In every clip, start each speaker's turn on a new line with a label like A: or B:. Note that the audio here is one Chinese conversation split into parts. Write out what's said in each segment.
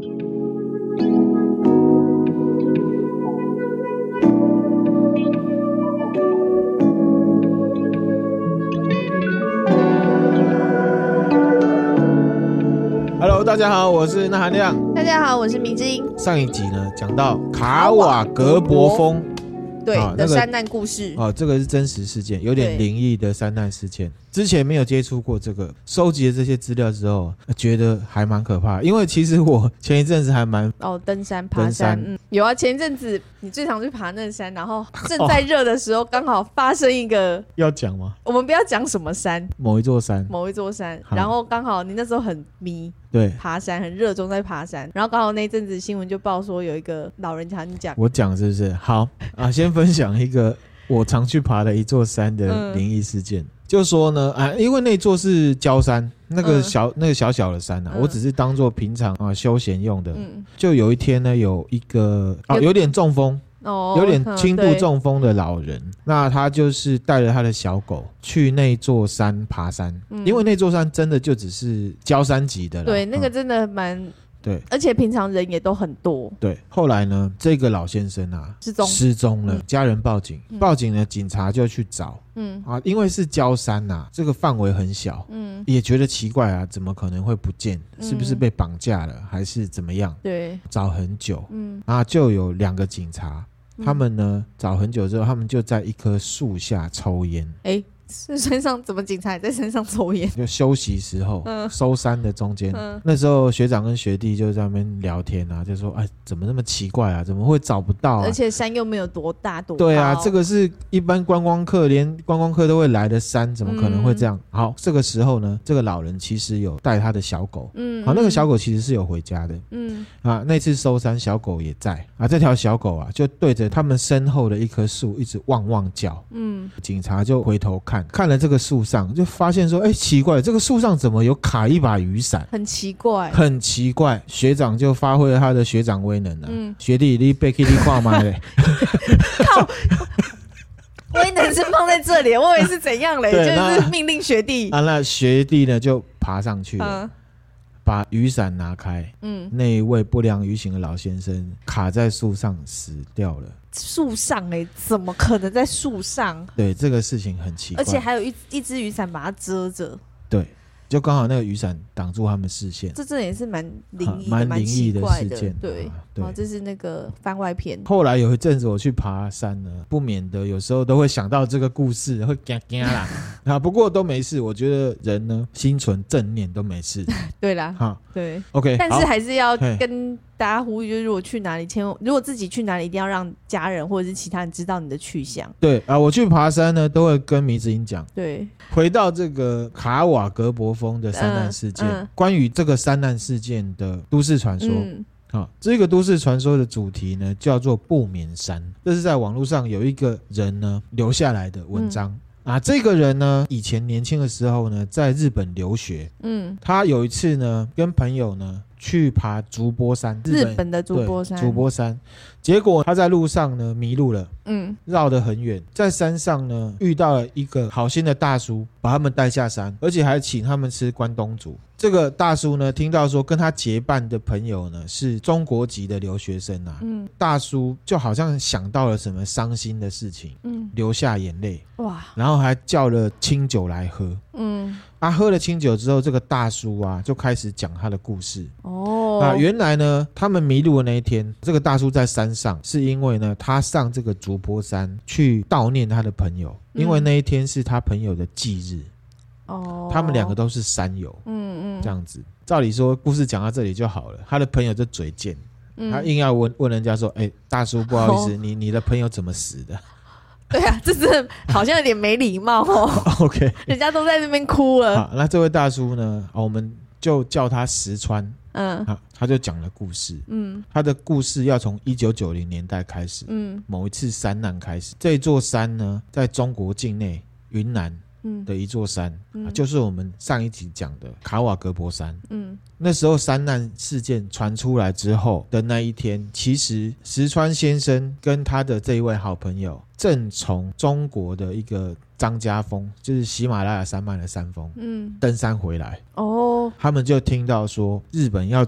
A: Hello， 大家好，我是那含亮。
B: 大家好，我是明之音。
A: 上一集呢讲到卡瓦格博风
B: 对、的山难故事
A: 这个是真实事件，有点灵异的山难事件。之前没有接触过这个，收集了这些资料之后，觉得还蛮可怕的。因为其实我前一阵子还蛮
B: 登山爬山，有啊，前一阵子你最常去爬那山，然后正在热的时候，刚好发生一个
A: 要讲吗？
B: 我们不要讲什么山，
A: 某一座山，
B: 然后刚好你那时候很迷。
A: 对，
B: 爬山很热衷在爬山，然后刚好那阵子新闻就报说有一个老人家，你讲
A: 我讲是不是？好啊，先分享一个我常去爬的一座山的灵异事件。就说呢因为那座是郊山，那个小小的山我只是当做平常休闲用的。就有一天呢，有一个有点中风。有点轻度中风的老人，那他就是带着他的小狗去那座山爬山，因为那座山真的就只是郊山级的啦。
B: 对，那个真的蛮对，而且平常人也都很多。
A: 对，后来呢，这个老先生失踪了，家人报警，报警呢，警察就去找。因为是郊山这个范围很小，也觉得奇怪怎么可能会不见？是不是被绑架了，还是怎么样？对，找很久，就有2个警察。他们呢找很久之后，他们就在一棵树下抽烟。
B: 是山上怎么警察也在山上抽烟？
A: 就休息时候，收山的中间，那时候学长跟学弟就在那边聊天就说怎么那么奇怪怎么会找不到
B: 而且山又没有多大多高。
A: 对这个是一般观光客连观光客都会来的山，怎么可能会这样？好，这个时候呢，这个老人其实有带他的小狗，好，那个小狗其实是有回家的，那次收山小狗也在这条小狗就对着他们身后的一棵树一直汪汪叫，警察就回头看了这个树上，就发现说奇怪，这个树上怎么有卡一把雨伞？很奇怪。学长就发挥了他的学长威能学弟你被 Kitty 跨吗嘞？
B: 靠，威能是放在这里，我以为是怎样嘞？就是命令学弟
A: 那学弟呢就爬上去了，把雨伞拿开，那一位不良于行的老先生卡在树上死掉了。
B: 树上怎么可能在树上？对，
A: 这个事情很奇怪，
B: 而且还有一只雨伞把它遮着。
A: 对，就刚好那个雨伞挡住他们视线。
B: 这也是蛮灵异
A: 的、蛮奇怪的事件。
B: 对，这是那个番外篇。
A: 后来有一阵子我去爬山呢，不免的有时候都会想到这个故事，会怕啦。不过都没事，我觉得人呢心存正念都没事。
B: 对啦，对
A: ，OK，
B: 但是还是要跟大家呼吁，就是如果去哪里，如果自己去哪里，一定要让家人或者是其他人知道你的去向。对
A: 我去爬山呢，都会跟迷之音讲。
B: 对，
A: 回到这个卡瓦格博风的山难事件，关于这个山难事件的都市传说。这个都市传说的主题呢叫做不眠山，这是在网络上有一个人呢留下来的文章。这个人呢以前年轻的时候呢在日本留学，他有一次呢跟朋友呢去爬筑波山，
B: 日本的筑波山，
A: 结果他在路上呢迷路了，绕得很远，在山上呢遇到了一个好心的大叔，把他们带下山，而且还请他们吃关东煮。这个大叔呢听到说跟他结伴的朋友呢是中国籍的留学生大叔就好像想到了什么伤心的事情，流下眼泪，然后还叫了清酒来喝。喝了清酒之后，这个大叔就开始讲他的故事。原来呢他们迷路的那一天，这个大叔在山上是因为呢他上这个筑波山去悼念他的朋友，因为那一天是他朋友的忌日。他们2个都是山友，这样子。照理说故事讲到这里就好了，他的朋友就嘴贱，他硬要问人家说大叔不好意思，你的朋友怎么死的？
B: 对这真的好像有点没礼貌
A: OK，
B: 人家都在那边哭了。
A: 好，那这位大叔呢我们就叫他石川。他就讲了故事。他的故事要从1990年代开始，某一次山难开始。这座山呢在中国境内云南的一座山，就是我们上一集讲的卡瓦格博山。那时候山难事件传出来之后的那一天，其实石川先生跟他的这一位好朋友正从中国的一个张家峰，就是喜马拉雅山脉的山峰登山回来。他们就听到说日本要组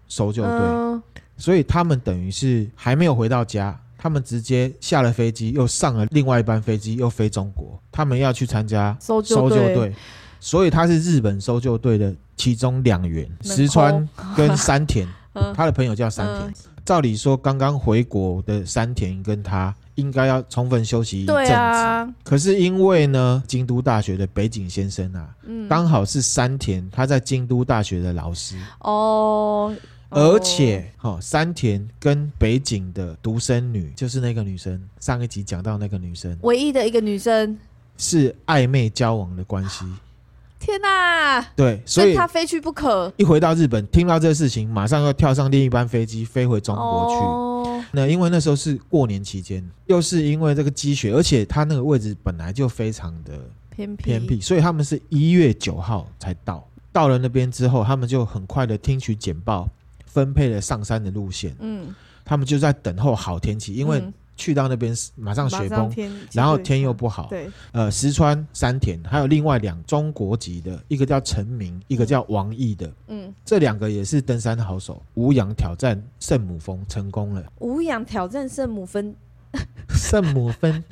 A: 搜救队，所以他们等于是还没有回到家，他们直接下了飞机，又上了另外一班飞机，又飞中国，他们要去参加搜救队，所以他是日本搜救队的其中2员，石川跟山田他的朋友叫山田。照理说刚刚回国的山田跟他应该要充分休息一阵子，可是因为呢京都大学的北井先生啊，刚好是山田他在京都大学的老师而且山田跟北井的独生女，就是那个女生，上一集讲到那个女生，
B: 唯一的一个女生，
A: 是暧昧交往的关系。
B: 天哪！
A: 对，所以
B: 他非去不可。
A: 一回到日本，听到这个事情，马上要跳上另一班飞机飞回中国去。那因为那时候是过年期间，又是因为这个积雪，而且他那个位置本来就非常的偏僻，所以他们是1月9号才到。到了那边之后，他们就很快的听取简报，分配了上山的路线。他们就在等候好天气，因为去到那边马上雪崩，然后天又不好。对，石川、山田还有另外2中国籍的，一个叫陈明，一个叫王毅的。这2个也是登山好手，无氧挑战圣母峰成功了。
B: 无氧挑战圣母峰，
A: 圣母峰，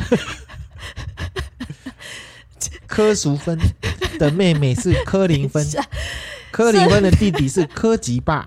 A: 柯淑芬的妹妹是柯林芬，柯林芬的弟弟是柯吉霸。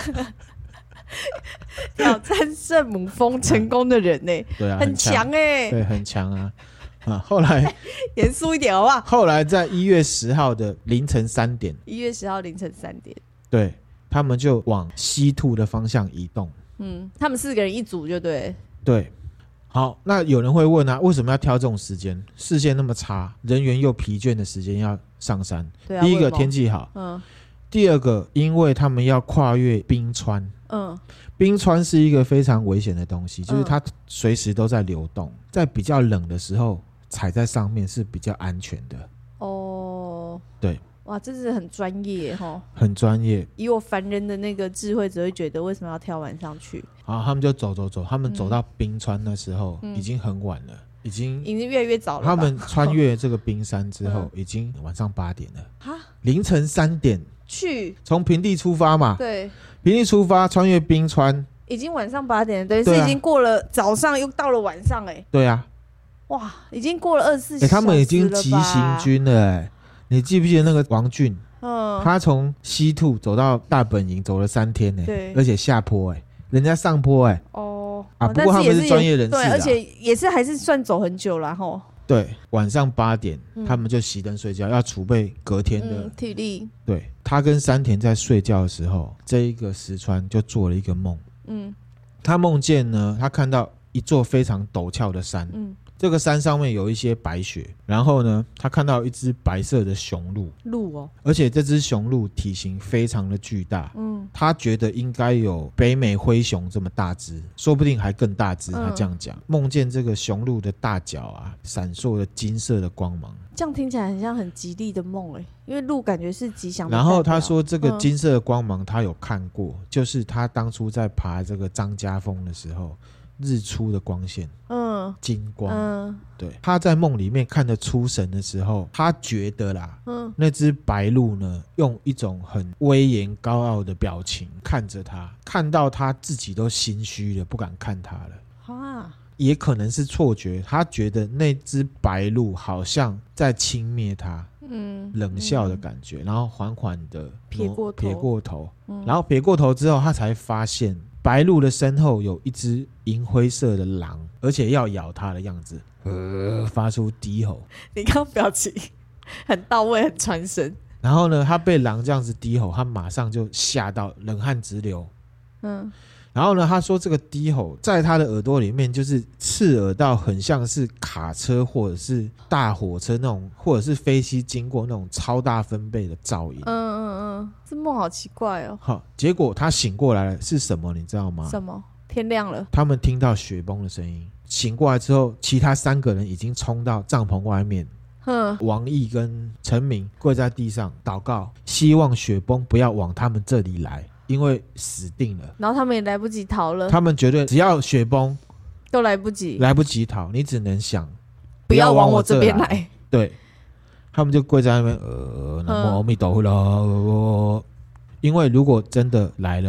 B: 挑战圣母峰成功的人呢、
A: 对啊，
B: 很强哎、
A: 对，很强啊！后来
B: 严肃一点好不好？
A: 后来在1月10号的凌晨3点
B: ，1月10号凌晨3点，
A: 对，他们就往西兔的方向移动。
B: 他们4个人一组就对。
A: 对，好，那有人会问啊，为什么要挑这种时间？视线那么差，人员又疲倦的时间要上山？
B: 对啊，
A: 第一个天气好，第二个因为他们要跨越冰川。冰川是一个非常危险的东西，就是它随时都在流动，在比较冷的时候踩在上面是比较安全的。对，
B: 哇，这是很专业
A: 很专业。
B: 以我凡人的那个智慧，只会觉得为什么要挑晚上去？
A: 好，他们就走，他们走到冰川的时候，已经很晚了，已经越来越早了。他们穿越这个冰山之后，已经晚上8点了。凌晨3点
B: 去，
A: 从平地出发嘛？
B: 对。
A: 平地出发，穿越冰川，
B: 已经晚上8点了，对，是已经过了早上，又到了晚上，
A: 对啊，
B: 哇，已经过了24小时了吧？
A: 他们已经急行军了，你记不记得那个王俊？他从西兔走到大本营走了3天对，而且下坡人家上坡不过他们是专业人士，
B: 对，而且也是还是算走很久了
A: 对，晚上8点，他们就熄灯睡觉，要储备隔天的
B: 体力。
A: 对，他跟山田在睡觉的时候，这一个石川就做了一个梦。他梦见呢，他看到一座非常陡峭的山。这个山上面有一些白雪，然后呢，他看到一只白色的雄鹿，而且这只雄鹿体型非常的巨大，他觉得应该有北美灰熊这么大只，说不定还更大只，他这样讲。梦见这个雄鹿的大角啊，闪烁了金色的光芒，
B: 这样听起来很像很吉利的梦因为鹿感觉是吉祥的。
A: 然后他说这个金色的光芒他有看过，就是他当初在爬这个张家峰的时候日出的光线，金光，对，他在梦里面看得出神的时候，他觉得啦，那只白鹿呢，用一种很威严高傲的表情看着他，看到他自己都心虚了，不敢看他了。也可能是错觉，他觉得那只白鹿好像在轻蔑他，冷笑的感觉，然后缓缓的撇过头，然后撇过头之后，他才发现白鹿的身后有一只银灰色的狼，而且要咬他的样子，发出低吼。
B: 你刚表情很到位，很传神。
A: 然后呢，他被狼这样子低吼，他马上就吓到冷汗直流。然后呢，他说这个低吼在他的耳朵里面就是刺耳到很像是卡车或者是大火车那种，或者是飞机经过那种超大分贝的噪音。
B: 这梦好奇怪哦。
A: 好，结果他醒过来了，是什么你知道吗？
B: 什么？天亮了。他
A: 们听到雪崩的声音，醒过来之后，其他3个人已经冲到帐篷外面。王毅跟陈明跪在地上祷告，希望雪崩不要往他们这里来，因为死定了。
B: 然后他们也来不及逃了。
A: 他们觉得只要雪崩
B: 都来不及
A: 逃，你只能想
B: 不要往我这边来。
A: 对，他们就跪在那边，南无阿弥陀佛，因为如果真的来了，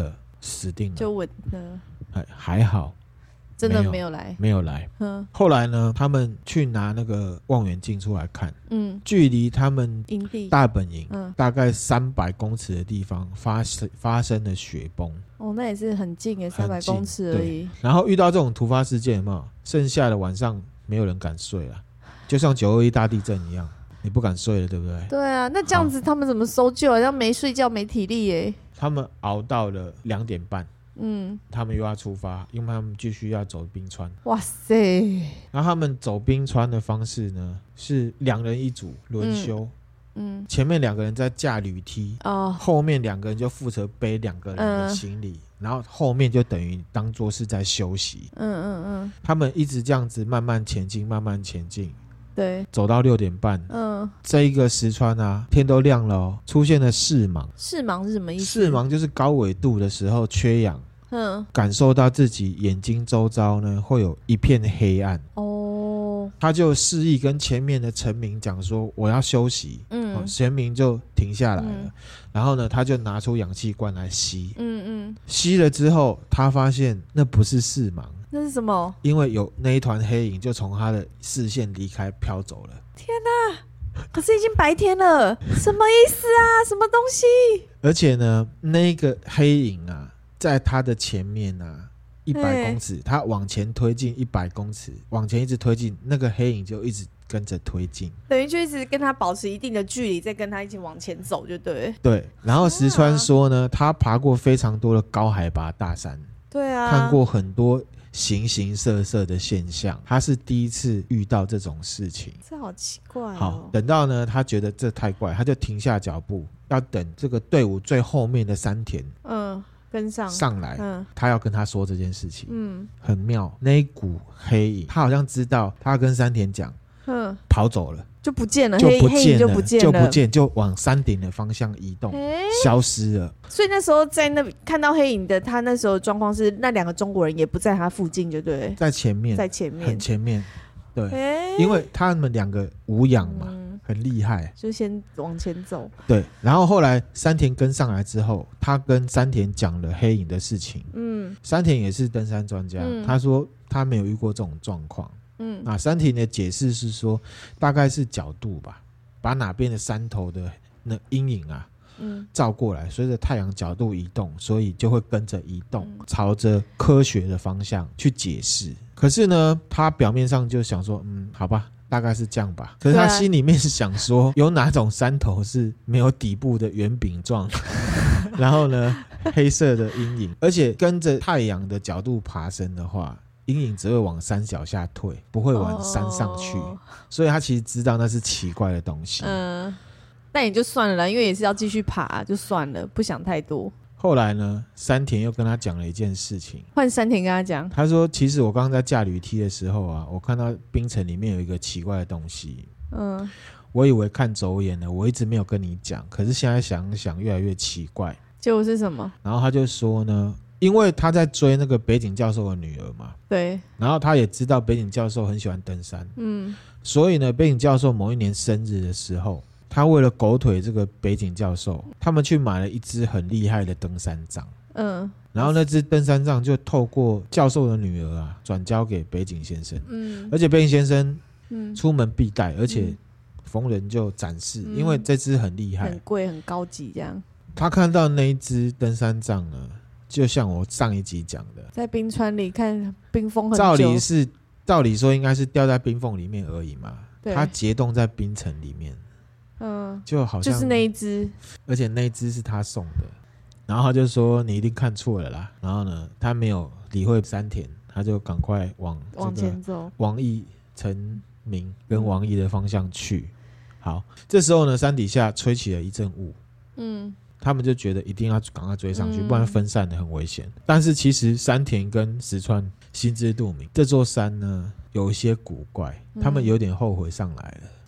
A: 死定了，
B: 就稳
A: 了。还好
B: 真的没有来。
A: 后来呢，他们去拿那个望远镜出来看，距离他们大本营大概300公尺的地方发生了雪崩。
B: 那也是很近耶，300公尺而已。
A: 然后遇到这种突发事件，有没有？剩下的晚上没有人敢睡了，就像921大地震一样，你不敢睡了，对不对？
B: 对啊，那这样子他们怎么搜救啊？要没睡觉没体力耶。
A: 他们熬到了2点半。他们又要出发，因为他们继续要走冰川。
B: 哇塞！
A: 然后他们走冰川的方式呢，是2人一组轮休。前面2个人在架铝梯，后面2个人就负责背2个人的行李，然后后面就等于当作是在休息。他们一直这样子慢慢前进，对，走到6点半，这一个石川啊，天都亮了出现了视盲。
B: 视盲是什么意思？
A: 视盲就是高纬度的时候缺氧，感受到自己眼睛周遭呢会有一片黑暗。他就示意跟前面的陈明讲说我要休息，陈明就停下来了，然后呢他就拿出氧气罐来吸，吸了之后他发现那不是视盲。
B: 那是什么？
A: 因为有那一团黑影就从他的视线离开飘走了。
B: 天哪！可是已经白天了，什么意思啊？什么东西？
A: 而且呢，那个黑影啊，在他的前面啊，100公尺，他往前推进100公尺，往前一直推进，那个黑影就一直跟着推进，
B: 等于就一直跟他保持一定的距离，再跟他一起往前走，就对。
A: 对，然后石川说呢，他爬过非常多的高海拔大山，
B: 对啊，
A: 看过很多形形色色的现象，他是第一次遇到这种事情，
B: 这好奇怪
A: 好，等到呢，他觉得这太怪，他就停下脚步，要等这个队伍最后面的山田
B: 跟上
A: 来，他要跟他说这件事情，很妙。那一股黑影，他好像知道，他跟山田讲，跑走了，
B: 就不见了，
A: 黑影
B: 就不见了，
A: 就往山顶的方向移动，消失了。
B: 所以那时候在那看到黑影的，他那时候状况是那2个中国人也不在他附近，就对，
A: 在前面，很前面，对，因为他们2个无氧嘛，很厉害，
B: 就先往前走。
A: 对，然后后来山田跟上来之后，他跟山田讲了黑影的事情。山田也是登山专家，他说他没有遇过这种状况。山田的解释是说，大概是角度吧，把哪边的山头的那阴影啊，照过来，随着太阳角度移动，所以就会跟着移动，朝着科学的方向去解释。可是呢，他表面上就想说，好吧，大概是这样吧。可是他心里面是想说，有哪种山头是没有底部的圆饼状，然后呢，黑色的阴影，而且跟着太阳的角度爬升的话，阴影只会往山脚下退，不会往山上去，所以他其实知道那是奇怪的东西。
B: 那也就算了啦，因为也是要继续爬，就算了，不想太多。
A: 后来呢，山田又跟他讲了一件事情，
B: 换山田跟他讲，
A: 他说其实我刚刚在架铝梯的时候啊，我看到冰层里面有一个奇怪的东西，我以为看走眼了，我一直没有跟你讲，可是现在想想越来越奇怪。
B: 结果是什么？
A: 然后他就说呢，因为他在追那个北井教授的女儿嘛，
B: 对，
A: 然后他也知道北井教授很喜欢登山，所以呢，北井教授某一年生日的时候，他为了狗腿这个北井教授，他们去买了一支很厉害的登山杖，然后那支登山杖就透过教授的女儿啊转交给北井先生，而且北井先生出门必带，而且逢人就展示，因为这支很厉害，
B: 很贵很高级这样。
A: 他看到那一支登山杖呢，就像我上一集讲的，
B: 在冰川里看冰封很久，
A: 照理说应该是掉在冰缝里面而已嘛，它结冻在冰层里面，就好像
B: 就是那一只，
A: 而且那一只是他送的，然后他就说你一定看错了啦，然后呢他没有理会山田，他就赶快往
B: 前走，
A: 王毅、陈明跟王毅的方向去。好，这时候呢山底下吹起了一阵雾，他们就觉得一定要赶快追上去，不然分散的很危险。但是其实山田跟石川心知肚明，这座山呢有一些古怪，他们有点后悔上来了。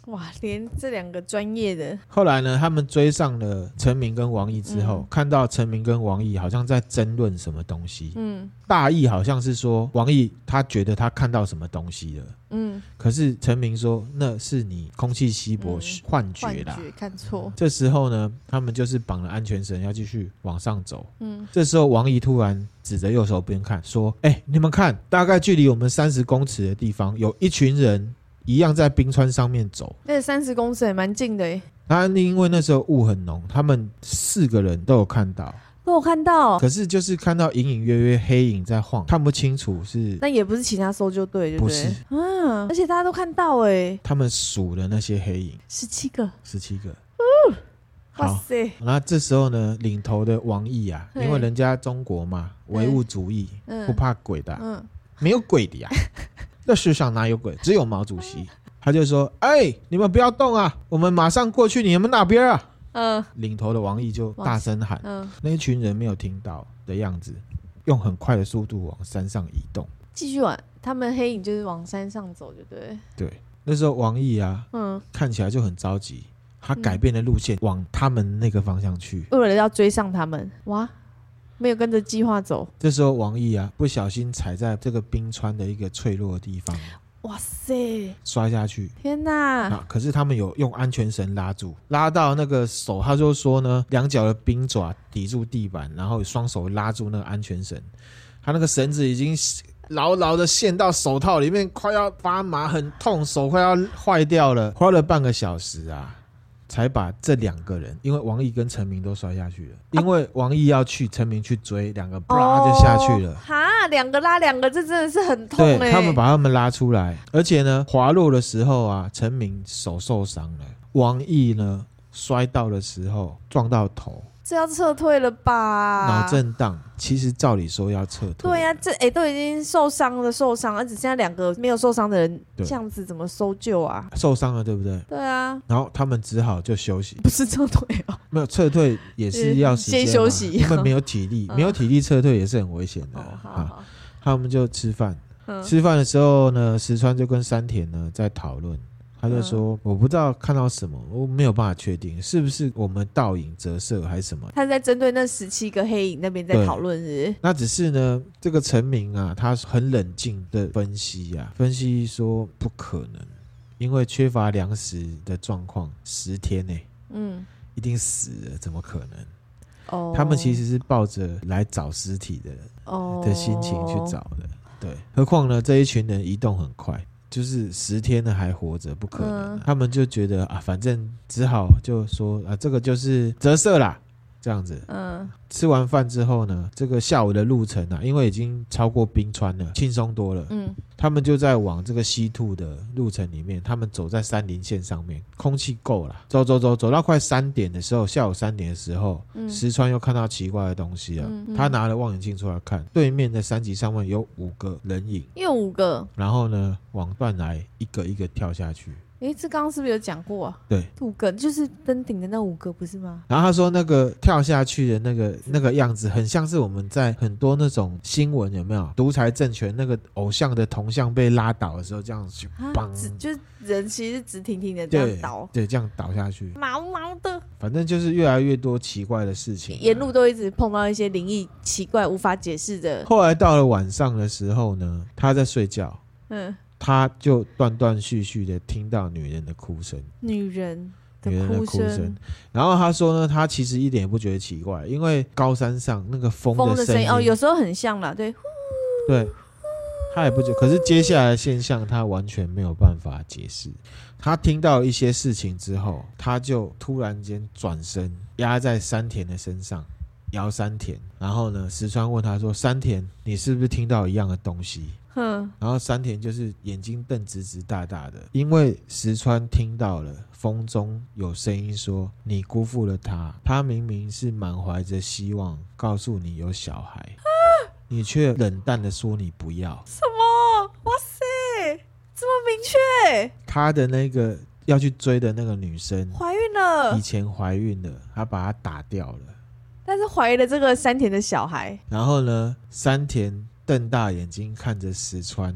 B: 哇，连这2个专业的。
A: 后来呢，他们追上了陈明跟王毅之后，看到陈明跟王毅好像在争论什么东西。大意好像是说王毅他觉得他看到什么东西了。可是陈明说那是你空气稀薄幻觉啦，
B: 看错。
A: 这时候呢，他们就是绑了安全绳要继续往上走。这时候王毅突然指着右手边看说，你们看，大概距离我们30公尺的地方有一群人一样在冰川上面走。
B: 那30公尺也蛮近的耶。
A: 因为那时候雾很浓，他们4个人都有看到。可是就是看到隐隐约约黑影在晃，看不清楚是。
B: 那也不是其他搜救队，对不对？
A: 不是。
B: 而且大家都看到耶。
A: 他们数了那些黑影
B: ，17个。
A: 哇塞！那这时候呢，领头的王毅啊，因为人家中国嘛，唯物主义，不怕鬼的。没有鬼的呀。这世上哪有鬼？只有毛主席。他就说：“你们不要动啊，我们马上过去你们那边啊。”领头的王毅就大声喊，那一群人没有听到的样子，用很快的速度往山上移动，
B: 继续往他们黑影就是往山上走，对不对？
A: 对，那时候王毅啊，看起来就很着急，他改变了路线，往他们那个方向去，
B: 为了要追上他们。哇，没有跟着计划走。
A: 这时候王毅啊，不小心踩在这个冰川的一个脆弱的地方。
B: 哇塞！
A: 摔下去！
B: 天哪！
A: 可是他们有用安全绳拉住，拉到那个手，他就说呢，2脚的冰爪抵住地板，然后双手拉住那个安全绳，他那个绳子已经牢牢的陷到手套里面，快要发麻，很痛，手快要坏掉了，花了半个小时啊。才把这2个人，因为王毅跟陈明都摔下去了，因为王毅要去，陈明去追，2个啪就下去了。
B: 2个拉2个，这真的是很痛耶。
A: 对，他们把他们拉出来，而且呢，滑落的时候啊，陈明手受伤了，王毅呢摔到的时候撞到头。
B: 这要撤退了吧？
A: 脑震荡，其实照理说要撤退。
B: 对啊，这都已经受伤了，而只剩下2个没有受伤的人，这样子怎么搜救啊？
A: 受伤了，对不对？
B: 对啊。
A: 然后他们只好就休息。
B: 不是撤退哦，
A: 没有撤退也是要时间
B: 先休息，
A: 因为没有体力，没有体力撤退也是很危险的。
B: 好，
A: 他们就吃饭，吃饭的时候呢，石川就跟山田呢在讨论。他就说我不知道看到什么，我没有办法确定是不是我们倒影折射还是什么。
B: 他是在针对那17个黑影那边在讨论是不是？
A: 那只是呢，这个陈明啊，他很冷静的分析啊，分析说不可能，因为缺乏粮食的状况10天一定死了，怎么可能？他们其实是抱着来找尸体的心情去找的。对，何况呢，这一群人移动很快，就是10天了还活着，不可能。他们就觉得啊，反正只好就说啊，这个就是折射啦，这样子。吃完饭之后呢，这个下午的路程啊，因为已经超过冰川了，轻松多了。他们就在往这个西兔的路程里面，他们走在山林线上面，空气够了，走到快3点的时候，下午3点的时候，石川又看到奇怪的东西了。他拿了望远镜出来看，对面的山脊上面有5个人影，
B: 又5个，
A: 然后呢往断崖一个一个跳下去。
B: 这刚刚是不是有讲过啊？
A: 对
B: ，5个就是登顶的那5个，不是吗？
A: 然后他说那个跳下去的那个样子，很像是我们在很多那种新闻有没有独裁政权那个偶像的铜像被拉倒的时候，这样去砰，
B: 就是人其实直挺挺的这样倒，
A: 对，这样倒下去，
B: 毛毛的。
A: 反正就是越来越多奇怪的事情，
B: 沿路都一直碰到一些灵异、奇怪、无法解释的。
A: 后来到了晚上的时候呢，他在睡觉，他就断断续续的听到女人的哭声，女人的哭声。然后他说呢，他其实一点也不觉得奇怪，因为高山上那个风的声音
B: 有时候很像啦，对，
A: 他也不觉得。可是接下来的现象他完全没有办法解释。他听到一些事情之后，他就突然间转身压在山田的身上，摇山田。然后呢，石川问他说：“山田，你是不是听到一样的东西？”然后山田就是眼睛瞪直直大大的，因为石川听到了风中有声音说：“你辜负了他，他明明是满怀着希望告诉你有小孩，你却冷淡的说你不要。”
B: 什么？哇塞，这么明确！
A: 他的那个要去追的那个女生
B: 怀孕了，
A: 以前怀孕了，他把她打掉了，
B: 但是怀了这个山田的小孩。
A: 然后呢，山田瞪大眼睛看着石川，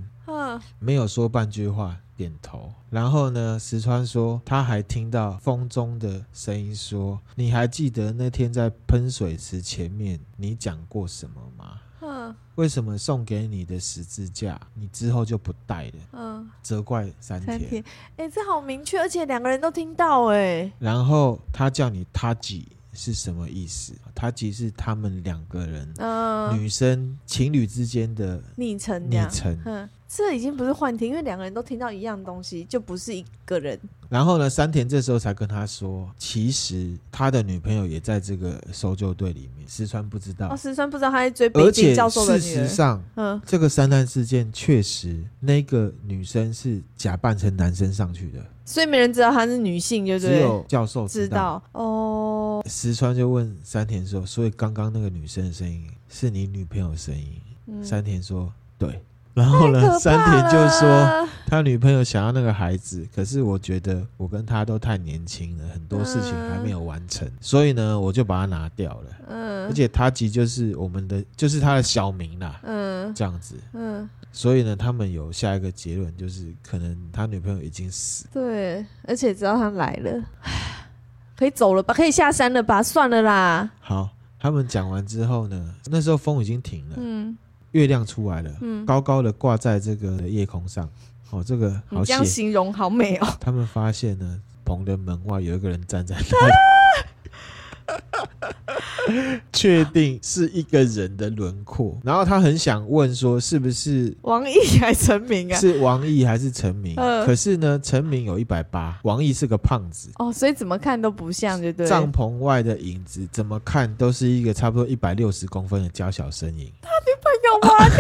A: 没有说半句话，点头。然后呢，石川说他还听到风中的声音说，你还记得那天在喷水池前面你讲过什么吗？为什么送给你的十字架你之后就不戴了？责怪山田。
B: 这好明确，而且两个人都听到。
A: 然后他叫你他吉是什么意思？他吉是他们两个人女生情侣之间的
B: 昵称。这已经不是幻听，因为两个人都听到一样东西，就不是一个人。
A: 然后呢，山田这时候才跟他说，其实他的女朋友也在这个搜救队里面，石川不知道。
B: 石川不知道他在追北京教授的女儿。
A: 而且事实上，这个山难事件确实那个女生是假扮成男生上去的，
B: 所以没人知道她是女性，对不对？
A: 只有教授知道。
B: 石
A: 川就问山田说，所以刚刚那个女生的声音是你女朋友的声音？山田说对。然后呢，山田就说他女朋友想要那个孩子，可是我觉得我跟他都太年轻了，很多事情还没有完成，所以呢我就把他拿掉了。而且他吉就是我们的，就是他的小名啦。这样子。所以呢他们有下一个结论，就是可能他女朋友已经死。
B: 对，而且知道他来了，可以走了吧，可以下山了吧，算了啦。
A: 好，他们讲完之后呢，那时候风已经停了。月亮出来了，高高的挂在这个夜空上。这个好写，
B: 你这样形容好美哦。
A: 他们发现呢，棚的门外有一个人站在那里，确定是一个人的轮廓。然后他很想问说，是不是
B: 王毅还是陈明啊？
A: 是王毅还是陈明？可是呢，陈明有180，王毅是个胖子。
B: 所以怎么看都不像，就对。
A: 帐篷外的影子怎么看都是一个差不多160公分的娇小身影。
B: 他女朋友吗？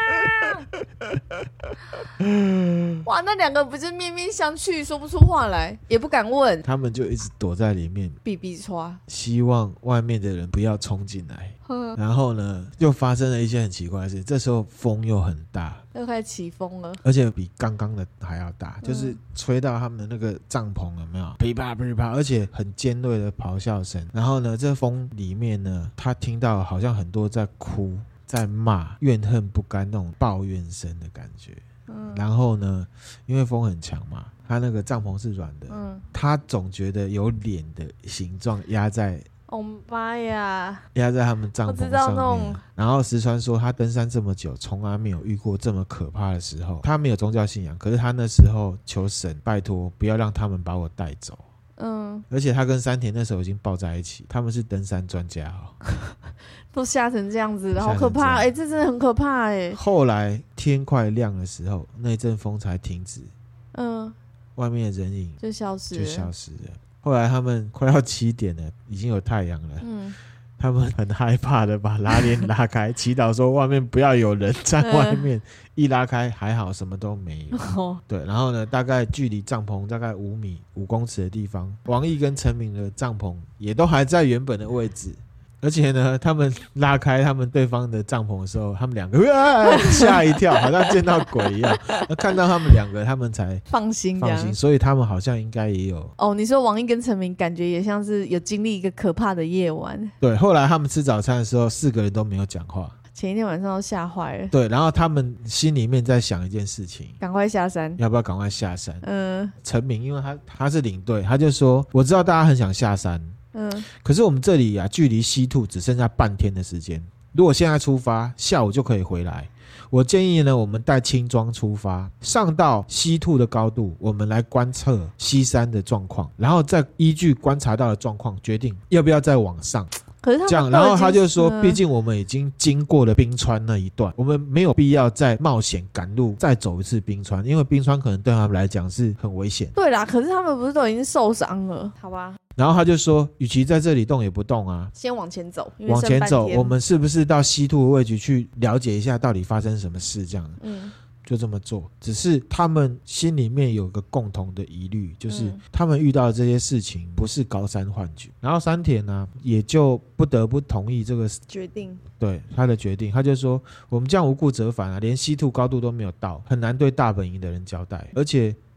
B: 天哪！哇，那两个不是面面相觑，说不出话来，也不敢问。
A: 他们就一直躲在里面，
B: 避避刷，
A: 希望外面的人不要冲进来。然后呢，又发生了一些很奇怪的事。这时候风又很大，
B: 又开始起风了，
A: 而且比刚刚的还要大，就是吹到他们的那个帐篷，有没有？噼啪噼啪，而且很尖锐的咆哮声。然后呢，这风里面呢，他听到好像很多在哭、在骂、怨恨不甘那种抱怨声的感觉。然后呢，因为风很强嘛，他那个帐篷是软的，他总觉得有脸的形状压在。
B: 妈呀！
A: 压在他们帐篷上面。然后石川说，他登山这么久，从来没有遇过这么可怕的时候。他没有宗教信仰，可是他那时候求神，拜托不要让他们把我带走。而且他跟山田那时候已经抱在一起，他们是登山专家
B: 都吓成这样子了，好可怕！这真的很可怕。
A: 后来天快亮的时候，那阵风才停止。外面的人影就消失了。后来他们快要7点了，已经有太阳了。他们很害怕的把拉链拉开，祈祷说外面不要有人在外面。一拉开还好什么都没有。对，然后呢，大概距离帐篷大概5公尺的地方，王毅跟陈明的帐篷也都还在原本的位置。而且呢，他们拉开他们对方的帐篷的时候，他们两个吓一跳，好像见到鬼一样。看到他们两个，他们才放心，所以他们好像应该也有。
B: 你说王毅跟陈明感觉也像是有经历一个可怕的夜晚。
A: 对，后来他们吃早餐的时候，4个人都没有讲话。
B: 前一天晚上都吓坏了。
A: 对，然后他们心里面在想一件事情，
B: 赶快下山，
A: 要不要赶快下山？陈明因为他是领队，他就说我知道大家很想下山，可是我们这里啊，距离西兔只剩下半天的时间。如果现在出发，下午就可以回来。我建议呢，我们带轻装出发，上到西兔的高度，我们来观测西山的状况，然后再依据观察到的状况，决定要不要再往上。
B: 可是他
A: 这样，然后他就说，毕竟我们已经经过了冰川那一段，我们没有必要再冒险赶路，再走一次冰川，因为冰川可能对他们来讲是很危险。
B: 对啦，可是他们不是都已经受伤了？好吧。
A: 然后他就说，与其在这里动也不动啊，
B: 先往前走，
A: 往前走，我们是不是到西兔的位置去了解一下到底发生什么事？这样，就这么做。只是他们心里面有个共同的疑虑，就是他们遇到的这些事情不是高山幻觉。然后山田呢，也就不得不同意这个
B: 决定。
A: 对他的决定，他就说我们这样无故折返啊，连西兔高度都没有到，很难对大本营的人交代。而且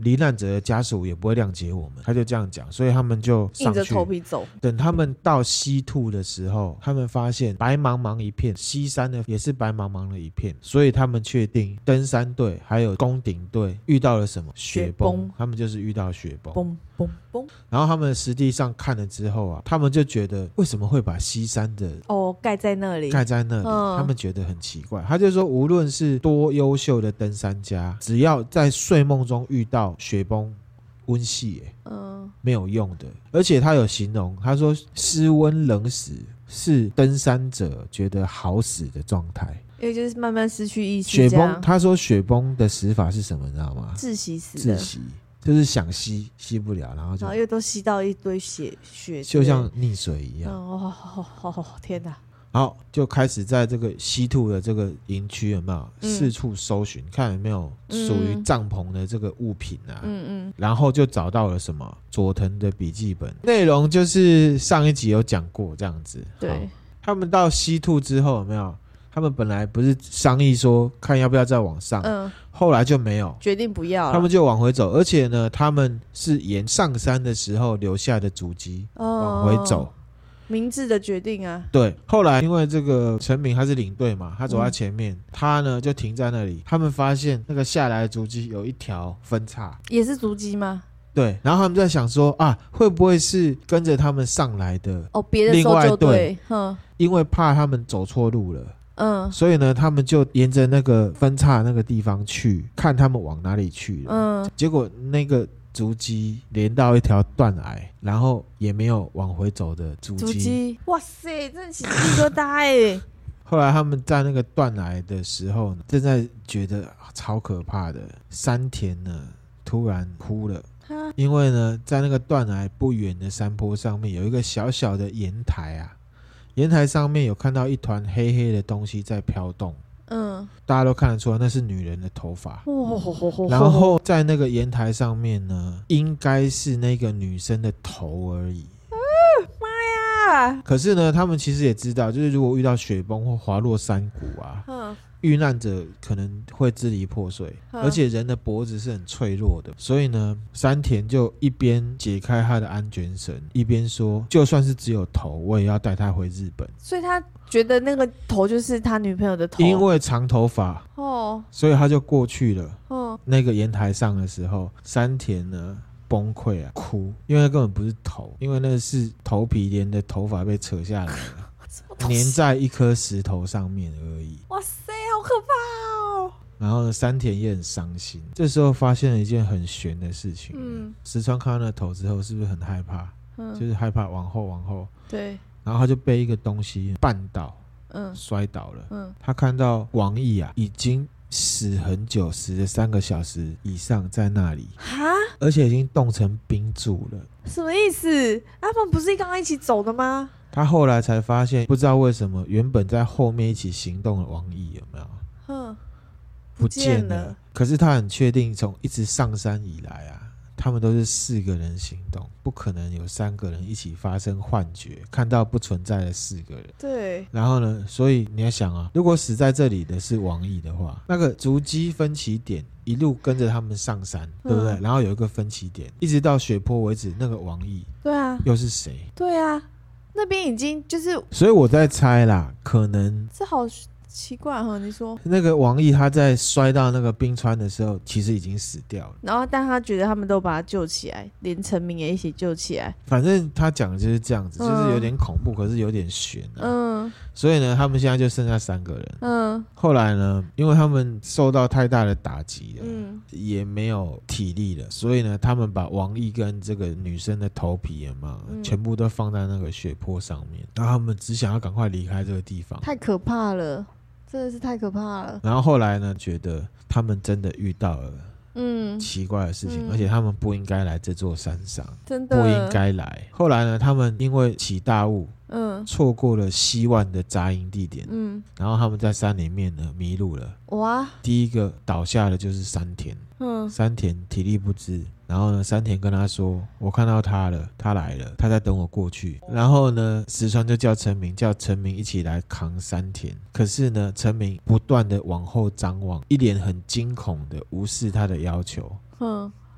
A: 罹难者的家属也不会谅解我们，他就这样讲，所以他们就上去
B: 硬着头皮走。
A: 等他们到西兔的时候，他们发现白茫茫一片，西山呢也是白茫茫的一片，所以他们确定登山队还有攻顶队遇到了什么雪崩，他们就是遇到雪崩，
B: 崩崩崩。
A: 然后他们实地上看了之后啊，他们就觉得为什么会把西山的
B: 盖在那里，
A: 他们觉得很奇怪。他就说无论是多优秀的登山家，只要在睡梦中遇到雪崩温系没有用的。而且他有形容，他说失温冷死是登山者觉得好死的状态，
B: 因为就是慢慢失去意识。
A: 雪崩，他说雪崩的死法是什么，你知道吗？
B: 窒息死的，
A: 窒息就是想吸不了，然后
B: 又都吸到一堆血，
A: 就像溺水一样。
B: 天哪！
A: 然后就开始在这个西兔的这个营区有没有四处搜寻，看有没有属于帐篷的这个物品啊。然后就找到了什么佐藤的笔记本，内容就是上一集有讲过这样子。
B: 对，
A: 他们到西兔之后有没有？他们本来不是商议说看要不要再往上，后来就没有
B: 决定不要了，
A: 他们就往回走。而且呢，他们是沿上山的时候留下的足迹往回走。
B: 明智的决定啊。
A: 对，后来因为这个陈明他是领队嘛，他走在前面，他呢就停在那里。他们发现那个下来的足迹有一条分叉，
B: 也是足迹吗？
A: 对，然后他们在想说啊，会不会是跟着他们上来的
B: 别的
A: 另外
B: 搜救队？
A: 因为怕他们走错路了。所以呢，他们就沿着那个分叉那个地方去看他们往哪里去了。结果那个足迹连到一条断崖，然后也没有往回走的足迹。
B: 哇塞，真的起鸡皮疙瘩哎！
A: 后来他们在那个断崖的时候呢，正在觉得超可怕的，山田呢突然哭了。因为呢，在那个断崖不远的山坡上面有一个小小的岩台啊。岩台上面有看到一团黑黑的东西在飘动，大家都看得出来那是女人的头发。然后在那个岩台上面呢，应该是那个女生的头而已。
B: 妈呀！
A: 可是呢，他们其实也知道，就是如果遇到雪崩或滑落山谷啊，遇难者可能会支离破碎，而且人的脖子是很脆弱的，所以呢，山田就一边解开他的安全绳，一边说，就算是只有头，我也要带他回日本。
B: 所以他觉得那个头就是他女朋友的头，
A: 因为长头发所以他就过去了。那个岩台上的时候，山田呢崩溃啊，哭，因为那根本不是头，因为那是头皮连的头发被扯下来了。粘在一颗石头上面而已。
B: 哇塞，好可怕哦！
A: 然后呢，山田也很伤心。这时候发现了一件很悬的事情。石川看到那头之后，是不是很害怕？就是害怕往后。对。然后他就被一个东西绊倒，摔倒了。他看到王毅啊，已经死很久，死了3个小时以上在那里。而且已经冻成冰柱了。
B: 什么意思？他们不是刚刚一起走的吗？
A: 他后来才发现，不知道为什么原本在后面一起行动的王毅有没有不见了。可是他很确定，从一直上山以来啊，他们都是4个人行动，不可能有3个人一起发生幻觉，看到不存在的4个人。对。然后呢，所以你要想啊，如果死在这里的是王毅的话，那个足迹分歧点一路跟着他们上山，对不对？然后有一个分歧点，一直到雪坡为止，那个王毅，对啊，又是谁？对啊。那边已经就是，所以我在猜啦，可能这好奇怪哈！你说那个王毅他在摔到那个冰川的时候，其实已经死掉了。然后，但他觉得他们都把他救起来，连陈明也一起救起来。反正他讲的就是这样子，就是有点恐怖，可是有点悬所以呢，他们现在就剩下3个人。后来呢，因为他们受到太大的打击了，也没有体力了，所以呢，他们把王毅跟这个女生的头皮全部都放在那个雪坡上面，然后他们只想要赶快离开这个地方。太可怕了，真的是太可怕了。然后后来呢，觉得他们真的遇到了奇怪的事情，而且他们不应该来这座山上，真的不应该来。后来呢，他们因为起大雾，错过了希望的扎营地点，然后他们在山里面呢迷路了。哇！第一个倒下的就是山田，山田体力不支。然后呢，山田跟他说：“我看到他了，他来了，他在等我过去。”然后呢，石川就叫陈明一起来扛山田。可是呢，陈明不断的往后张望，一脸很惊恐的无视他的要求。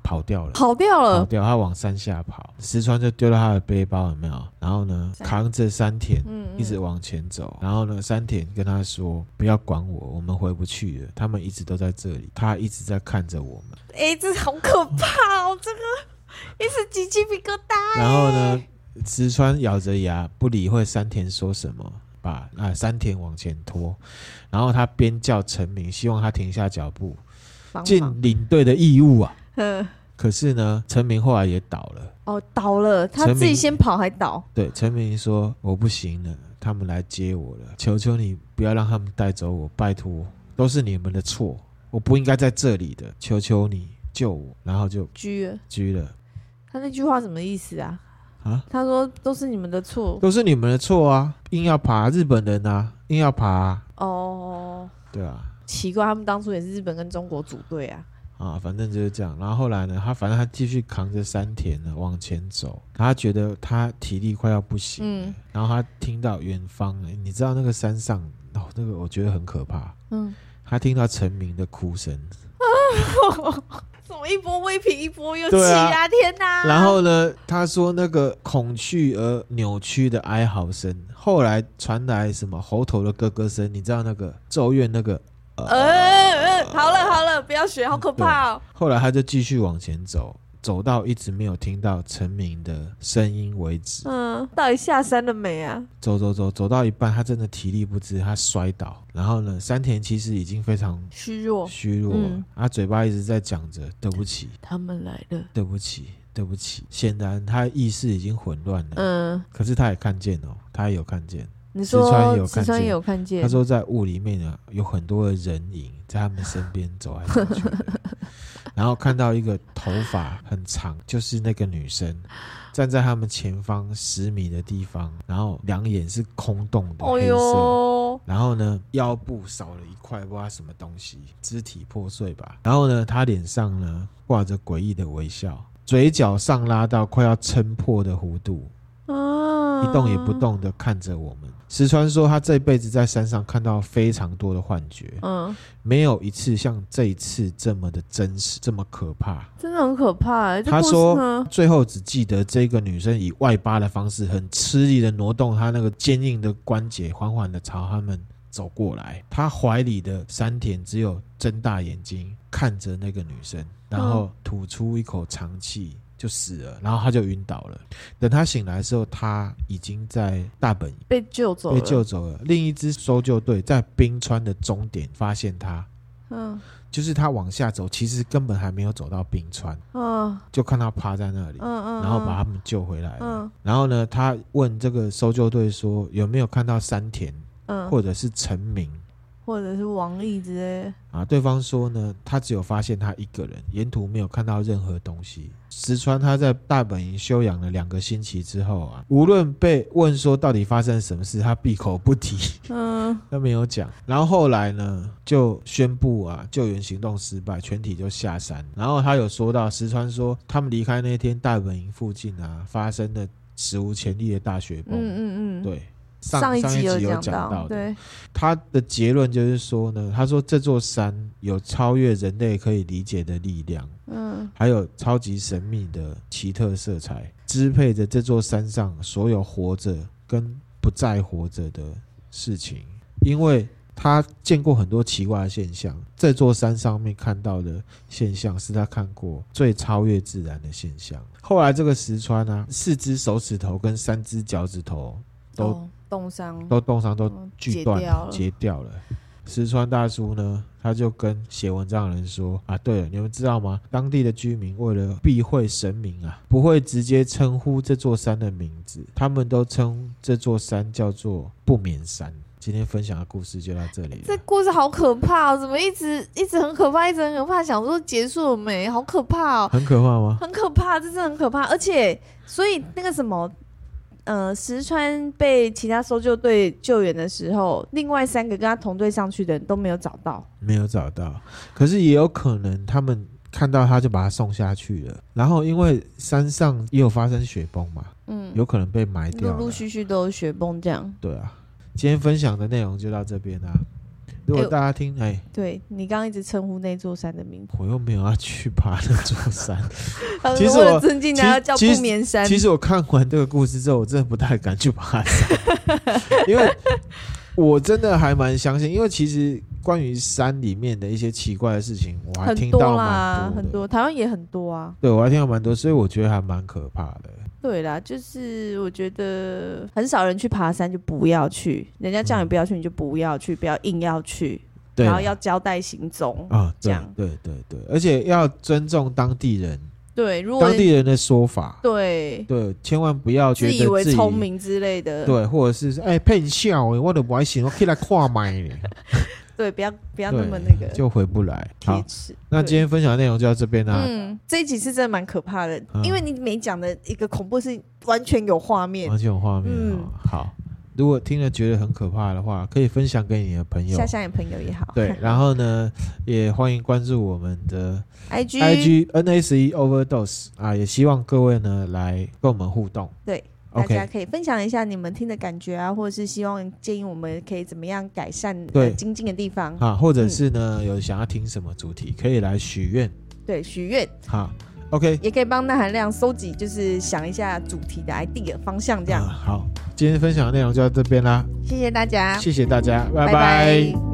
A: 跑掉了，他往山下跑，石川就丢了他的背包，有没有？然后呢，扛着山田一直往前走，然后呢，山田跟他说不要管我们回不去了，他们一直都在这里，他一直在看着我们。
B: 这好可怕哦，这个一直起鸡皮疙瘩。
A: 然后呢，石川咬着牙不理会山田说什么，把山田往前拖，然后他边叫陈明，希望他停下脚步，尽领队的义务啊。可是呢，陈明后来也倒了。
B: 倒了，他自己先跑还倒。
A: 对，陈明说我不行了，他们来接我了，求求你不要让他们带走我，拜托，都是你们的错，我不应该在这里的，求求你救我。然后就拘了。
B: 他那句话什么意思啊？他说都是你们的错，
A: 都是你们的错啊，硬要爬，日本人啊，硬要爬啊。对啊，
B: 奇怪，他们当初也是日本跟中国组队啊。
A: 反正就是这样。然后后来呢，他继续扛着山田呢往前走，他觉得他体力快要不行了。然后他听到远方，你知道那个山上那个我觉得很可怕。他听到陈明的哭声。
B: 怎么一波未平一波又起啊！天哪！
A: 然后呢，他说那个恐惧而扭曲的哀嚎声，后来传来什么猴头的咯咯声，你知道那个咒怨那个
B: 好了，不要学，好可怕哦。
A: 后来他就继续往前走，走到一直没有听到陈明的声音为止。
B: 到底下山了没啊？
A: 走到一半，他真的体力不支，他摔倒。然后呢，山田其实已经非常虚弱了，他嘴巴一直在讲着对不起，
B: 他们来了，
A: 对不起。显然他意识已经混乱了。可是他也看见他也有看见。
B: 你说石川也有看见，
A: 他说在雾里面有很多的人影在他们身边走来走去的。然后看到一个头发很长，就是那个女生站在他们前方10米的地方，然后两眼是空洞的黑色。然后呢，腰部少了一块不知道什么东西，肢体破碎吧。然后呢，他脸上呢挂着诡异的微笑，嘴角上拉到快要撑破的弧度，一动也不动的看着我们。石川说他这辈子在山上看到非常多的幻觉，没有一次像这一次这么的真实，这么可怕，
B: 真的很可怕。
A: 他说最后只记得这个女生以外八的方式很吃力的挪动她那个坚硬的关节，缓缓的朝他们走过来。他怀里的山田只有睁大眼睛看着那个女生，然后吐出一口长气就死了，然后他就晕倒了。等他醒来的时候，他已经在大本营
B: 被救走了。
A: 另一支搜救队在冰川的终点发现他，就是他往下走，其实根本还没有走到冰川，就看他趴在那里，然后把他们救回来了。然后呢，他问这个搜救队说有没有看到山田，或者是陈明，
B: 或者是王毅之类的。
A: 对方说呢，他只有发现他一个人，沿途没有看到任何东西。石川他在大本营休养了2个星期之后无论被问说到底发生什么事，他闭口不提，他没有讲。然后后来呢，就宣布救援行动失败，全体就下山。然后他有说到，石川说他们离开那天，大本营附近发生了史无前例的大雪崩。对。上一集有讲到的。对，他的结论就是说呢，他说这座山有超越人类可以理解的力量，还有超级神秘的奇特色彩，支配着这座山上所有活着跟不再活着的事情。因为他见过很多奇怪的现象，这座山上面看到的现象是他看过最超越自然的现象。后来这个石川4只手指头跟3只脚趾头都冻伤，都锯断了，截掉了。石川大叔呢，他就跟写文章的人说对了，你们知道吗？当地的居民为了避讳神明不会直接称呼这座山的名字，他们都称这座山叫做不眠山。今天分享的故事就到这里了。
B: 这故事好可怕怎么一直很可怕，一直很可怕，想说结束了没？好可怕
A: 很可怕吗？
B: 很可怕，这真的很可怕。而且所以那个什么石川被其他搜救队救援的时候，另外3个跟他同队上去的人都没有找到。
A: 可是也有可能他们看到他就把他送下去了，然后因为山上也有发生雪崩嘛，有可能被埋掉了，
B: 陆陆续续都有雪崩这样。
A: 对今天分享的内容就到这边如果大家听，
B: 对你刚刚一直称呼那座山的名字，
A: 我又没有要去爬那座山。
B: 其实我尊敬他要叫不眠山。
A: 其实我看完这个故事之后，我真的不太敢去爬山，因为我真的还蛮相信，因为其实关于山里面的一些奇怪的事情，我还听到蛮多的，
B: 很多，台湾也很多啊。
A: 对，我还听到蛮多，所以我觉得还蛮可怕的。
B: 对啦，就是我觉得很少人去爬山，就不要去。人家叫你不要去，你就不要去，不要硬要去。然后要交代行踪啊，这样
A: 对，而且要尊重当地人。
B: 对，如果
A: 当地人的说法，
B: 对，
A: 千万不要觉得
B: 自以为聪明之类的，
A: 对，或者是骗笑我都不爱信，我可以来看买呢。
B: 对，不要那么那个，
A: 就回不来。好，那今天分享的内容就到这边啦。
B: 这一集是真的蛮可怕的，因为你每讲的一个恐怖是完全有画面，
A: 完全有画面。好，如果听了觉得很可怕的话，可以分享给你的朋友，
B: 下乡的朋友也好。
A: 对，然后呢，也欢迎关注我们的
B: IG
A: NASE Overdose 啊，也希望各位呢来跟我们互动。
B: 对。大家可以分享一下你们听的感觉啊，或者是希望建议我们可以怎么样改善精进的地方
A: 啊，或者是呢有想要听什么主题，可以来许愿。
B: 对，许愿。
A: 好 ，OK，
B: 也可以帮那含量收集，就是想一下主题的 idea 方向这样。
A: 好，今天分享的内容就到这边啦，
B: 谢谢大家，
A: 拜拜。